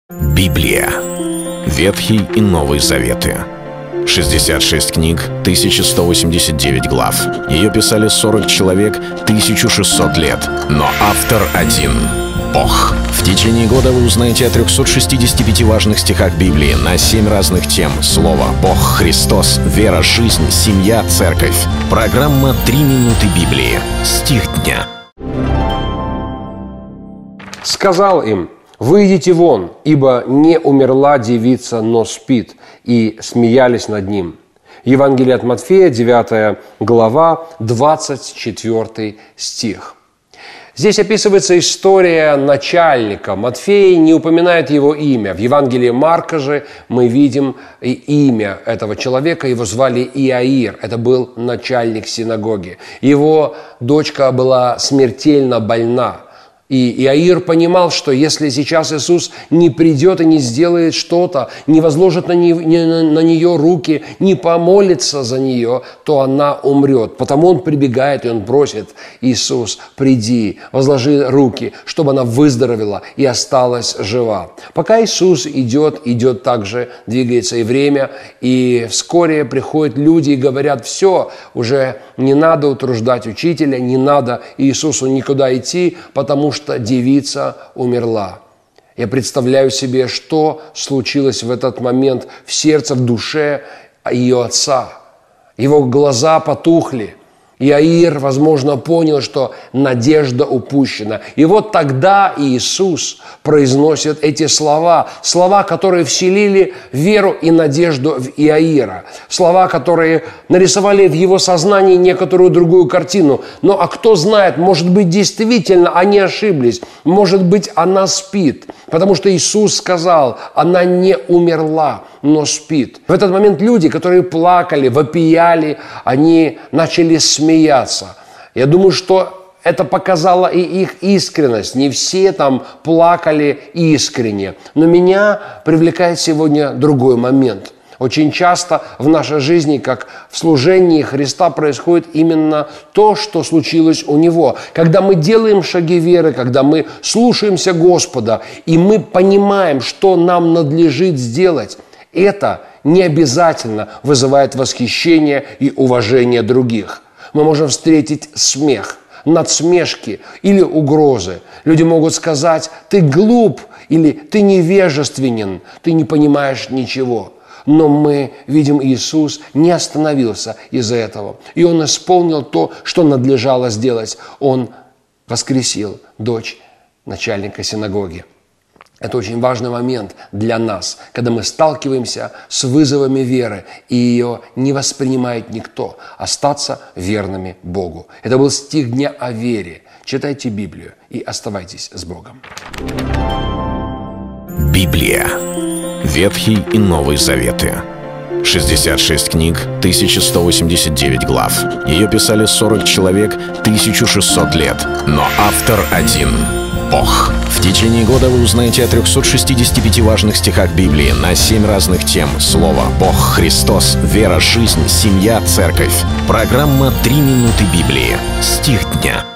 Библия. Ветхий и Новый Заветы. 66 книг, 1189 глав. Ее писали 40 человек, 1600 лет. Но автор один — Бог. В течение года вы узнаете о 365 важных стихах Библии на 7 разных тем. Слово, Бог, Христос, вера, жизнь, семья, церковь. Программа «3 минуты Библии». Стих дня. Сказал им: «Выйдите вон, ибо не умерла девица, но спит», и смеялись над ним. Евангелие от Матфея, 9 глава, 24 стих. Здесь описывается история начальника. Матфей не упоминает его имя. В Евангелии Марка же мы видим и имя этого человека. Его звали Иаир. Это был начальник синагоги. Его дочка была смертельно больна. И Иаир понимал, что если сейчас Иисус не придет и не сделает что-то, не возложит на нее руки, не помолится за нее, то она умрет. Потому он прибегает и он просит: «Иисус, приди, возложи руки, чтобы она выздоровела и осталась жива». Пока Иисус идет также, двигается и время, и вскоре приходят люди и говорят: «Все, уже не надо утруждать учителя, не надо Иисусу никуда идти, потому что девица умерла». Я представляю себе, что случилось в этот момент в сердце, в душе ее отца. Его глаза потухли. Иаир, возможно, понял, что надежда упущена. И вот тогда Иисус произносит эти слова, которые вселили веру и надежду в Иаира, слова, которые нарисовали в его сознании некоторую другую картину. Но а кто знает, может быть, действительно они ошиблись, может быть, она спит, потому что Иисус сказал: она не умерла, но спит. В этот момент люди, которые плакали, вопияли, они начали смеяться. Я думаю, что это показало и их искренность. Не все там плакали искренне. Но меня привлекает сегодня другой момент. Очень часто в нашей жизни, как в служении Христа, происходит именно то, что случилось у Него. Когда мы делаем шаги веры, когда мы слушаемся Господа, и мы понимаем, что нам надлежит сделать, это не обязательно вызывает восхищение и уважение других. Мы можем встретить смех, надсмешки или угрозы. Люди могут сказать: «Ты глуп» или «Ты невежественен, ты не понимаешь ничего». Но мы видим, Иисус не остановился из-за этого. И Он исполнил то, что надлежало сделать. Он воскресил дочь начальника синагоги. Это очень важный момент для нас, когда мы сталкиваемся с вызовами веры, и ее не воспринимает никто. Остаться верными Богу. Это был стих дня о вере. Читайте Библию и оставайтесь с Богом. Библия. Ветхий и Новый Заветы. 66 книг, 1189 глав. Ее писали 40 человек, 1600 лет. Но автор один — Бог. В течение года вы узнаете о 365 важных стихах Библии на 7 разных тем. Слово, Бог, Христос, вера, жизнь, семья, церковь. Программа «3 минуты Библии». Стих дня.